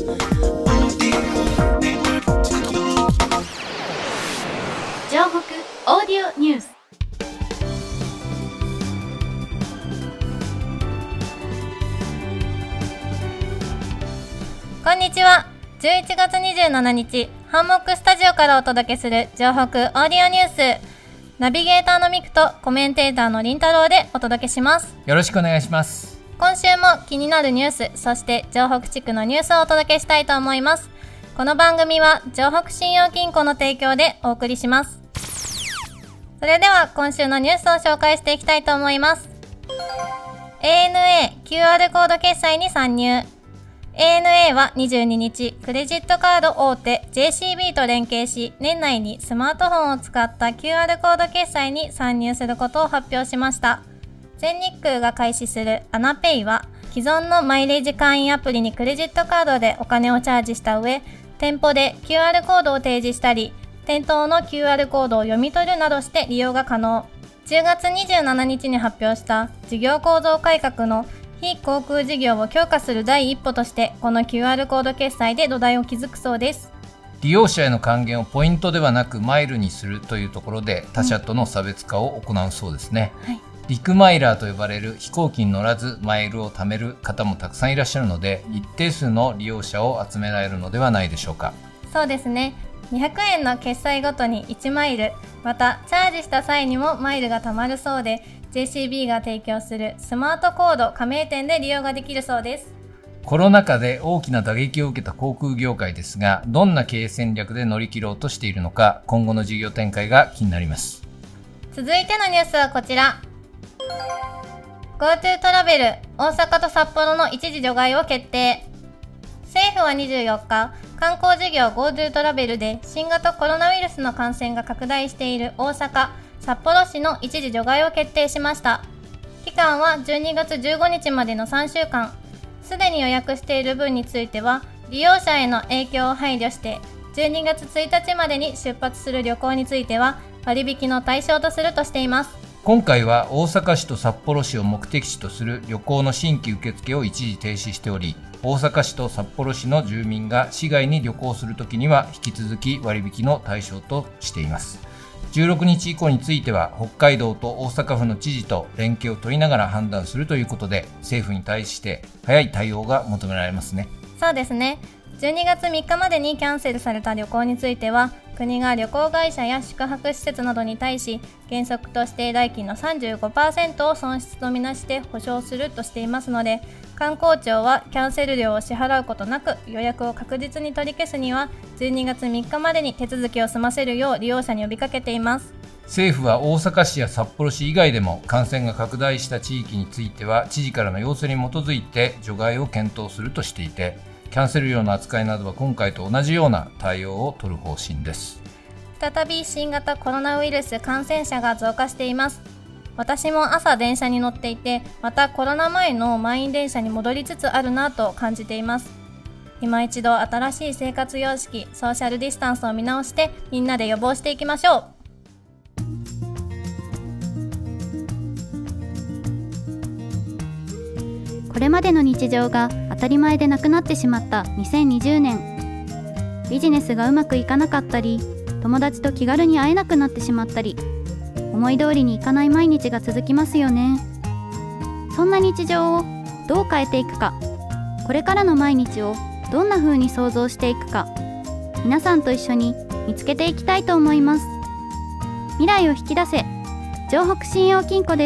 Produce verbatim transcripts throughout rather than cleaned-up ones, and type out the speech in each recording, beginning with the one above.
城北オーディオニュース。 こんにちは。じゅういちがつにじゅうしちにち、ハンモックスタジオからお届けする城北オーディオニュース。ナビゲーターのミクとコメンテーターのりんたろうでお届けします。 よろしくお願いします。 今週も気になるニュース、そして城北地区のニュースをお届けしたいと思います。この番組は城北信用金庫の提供でお送りします。それでは今週のニュースを紹介していきたいと思います。 エーエヌエー キューアール コード決済に参入。 エーエヌエー はにじゅうににち、クレジットカード大手 ジェーシービー と連携し、年内にスマートフォンを使った キューアール コード決済に参入することを発表しました。全日空が開始するアナペイは、既存のマイレージ会員アプリにクレジットカードでお金をチャージした上、店舗で キューアール コードを提示したり、店頭の キューアール コードを読み取るなどして利用が可能。じゅうがつにじゅうしちにちに発表した事業構造改革の非航空事業を強化する第一歩として、この キューアール コード決済で土台を築くそうです。 利用者への還元をポイントではなくマイルにするというところで、他社との差別化を行うそうですね。うん、はい。リクマイラーと呼ばれる飛行機に乗らずマイルを貯める方もたくさんいらっしゃるので、一定数の利用者を集められるのではないでしょうか。 そうですね。にひゃくえんの決済ごとにいちマイル、またチャージした際にもマイルが貯まるそうで、 ジェーシービー が提供するスマートコード加盟店で利用ができるそうです。 コロナ禍で大きな打撃を受けた航空業界ですが、どんな経営戦略で乗り切ろうとしているのか、今後の事業展開が気になります。 続いてのニュースはこちら。 GoTo トラベル大阪と札幌の一時除外を決定。政府はにじゅうよっか、観光事業 GoTo トラベルで新型コロナウイルスの感染が拡大している大阪、札幌市の一時除外を決定しました。期間はじゅうにがつじゅうごにちまでのさんしゅうかん。すでに予約している分については、利用者への影響を配慮して、じゅうにがつついたちまでに出発する旅行については、割引の対象とするとしています。 今回は大阪市と札幌市を目的地とする旅行の新規受付を一時停止しており、大阪市と札幌市の住民が市外に旅行するときには引き続き割引の対象としています。じゅうろくにち以降については北海道と大阪府の知事と連携を取りながら判断するということで、政府に対して早い対応が求められますね。 そうですね。じゅうにがつみっかまでにキャンセルされた旅行については、国が旅行会社や宿泊施設などに対し、原則として代金の さんじゅうごパーセント を損失とみなして補償するとしていますので、観光庁はキャンセル料を支払うことなく予約を確実に取り消すには、じゅうにがつみっかまでに手続きを済ませるよう利用者に呼びかけています。 政府は大阪市や札幌市以外でも感染が拡大した地域については知事からの要請に基づいて除外を検討するとしていて、キャンセル料の扱いなどは今回と同じような対応を取る方針です。 再び新型コロナウイルス感染者が増加しています。私も朝電車に乗っていて、またコロナ前の満員電車に戻りつつあるなと感じています。今一度新しい生活様式、ソーシャルディスタンスを見直して、みんなで予防していきましょう。 これまでの日常が当たり前でなくなってしまったにせんにじゅうねん。ビジネスがうまくいかなかったり、友達と気軽に会えなくなってしまったり、思い通りにいかない毎日が続きますよね。そんな日常をどう変えていくか、これからの毎日をどんな風に想像していくか、皆さんと一緒に見つけていきたいと思います。未来を引き出せ、城北信用金庫です。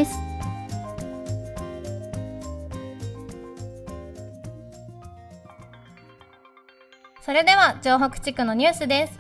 それでは城北地区のニュースです。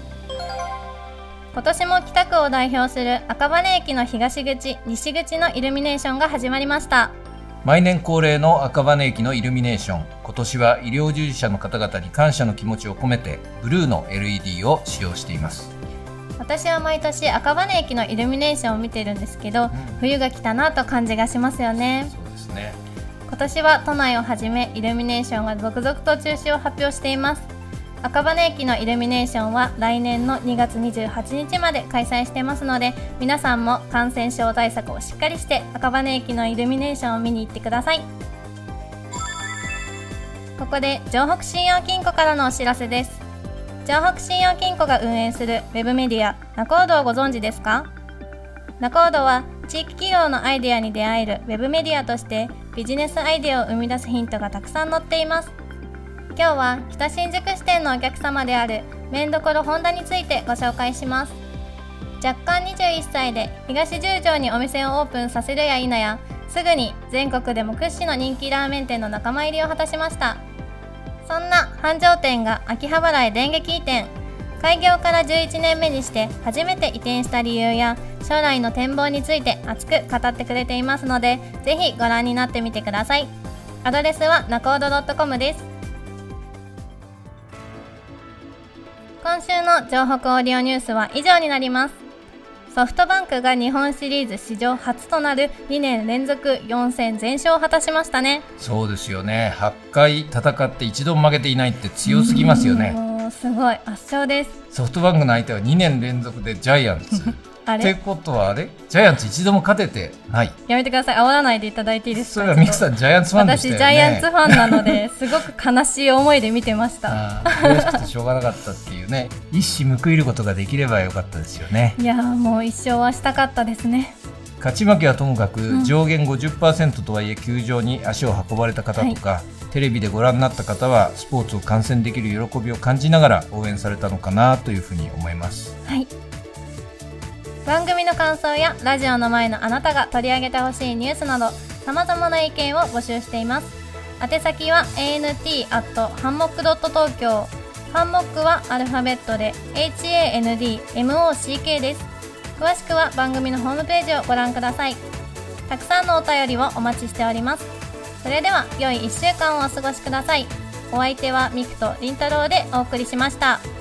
今年も北区を代表する赤羽駅の東口、西口のイルミネーションが始まりました。 毎年恒例の赤羽駅のイルミネーション、今年は医療従事者の方々に感謝の気持ちを込めてブルーの エルイーディー を使用しています。 私は毎年赤羽駅のイルミネーションを見てるんですけど、うん、冬が来たなと感じがしますよね。 そうですね。 今年は都内をはじめイルミネーションが続々と中止を発表しています。赤羽駅のイルミネーションは来年のにがつにじゅうはちにちまで開催してますので、皆さんも感染症対策をしっかりして赤羽駅のイルミネーションを見に行ってください。 ここで城北信用金庫からのお知らせです。城北信用金庫が運営するウェブメディアナコードをご存知ですか？ナコードは地域企業のアイデアに出会えるウェブメディアとしてビジネスアイデアを生み出すヒントがたくさん載っています。今日は北新宿支店のお客様であるめんどころ本田についてご紹介します。若干にじゅういっさいで東十条にお店をオープンさせるや否や、すぐに全国でも屈指の人気ラーメン店の仲間入りを果たしました。そんな繁盛店が秋葉原へ電撃移転。開業からじゅういちねんめにして初めて移転した理由や将来の展望について熱く語ってくれていますので、ぜひご覧になってみてください。アドレスはナコードドットコムです。今週の城北オーディオニュースは以上になります。ソフトバンクが日本シリーズ史上初となるにねん連続よん戦全勝を果たしましたね。 そうですよね。はちかい戦って一度も負けていないって強すぎますよね。 もうすごい圧勝です。 ソフトバンクの相手はにねん連続でジャイアンツあれってことはあれジャイアンツ一度も勝ててない。 やめてください。煽らないでいただいていいですか？ それはミクさんジャイアンツファンでしたよね。 私ジャイアンツファンなのですごく悲しい思いで見てました。 あ悔しくてしょうがなかったっていうね。一矢報いることができればよかったですよね。 いやーもう一勝はしたかったですね。 勝ち負けはともかく、うん、上限 ごじゅっパーセント とはいえ球場に足を運ばれた方とか、はい、テレビでご覧になった方はスポーツを観戦できる喜びを感じながら応援されたのかなというふうに思います。 はい、番組の感想やラジオの前のあなたが取り上げてほしいニュースなどさまざまな意見を募集しています。宛先は エーエヌティー アット ハンモック ドット 東京。ハンモックはアルファベットで エイチエーエヌディーエムオーシーケー です。詳しくは番組のホームページをご覧ください。たくさんのお便りをお待ちしております。それでは良いいっしゅうかんをお過ごしください。お相手はミクとリンタロウでお送りしました。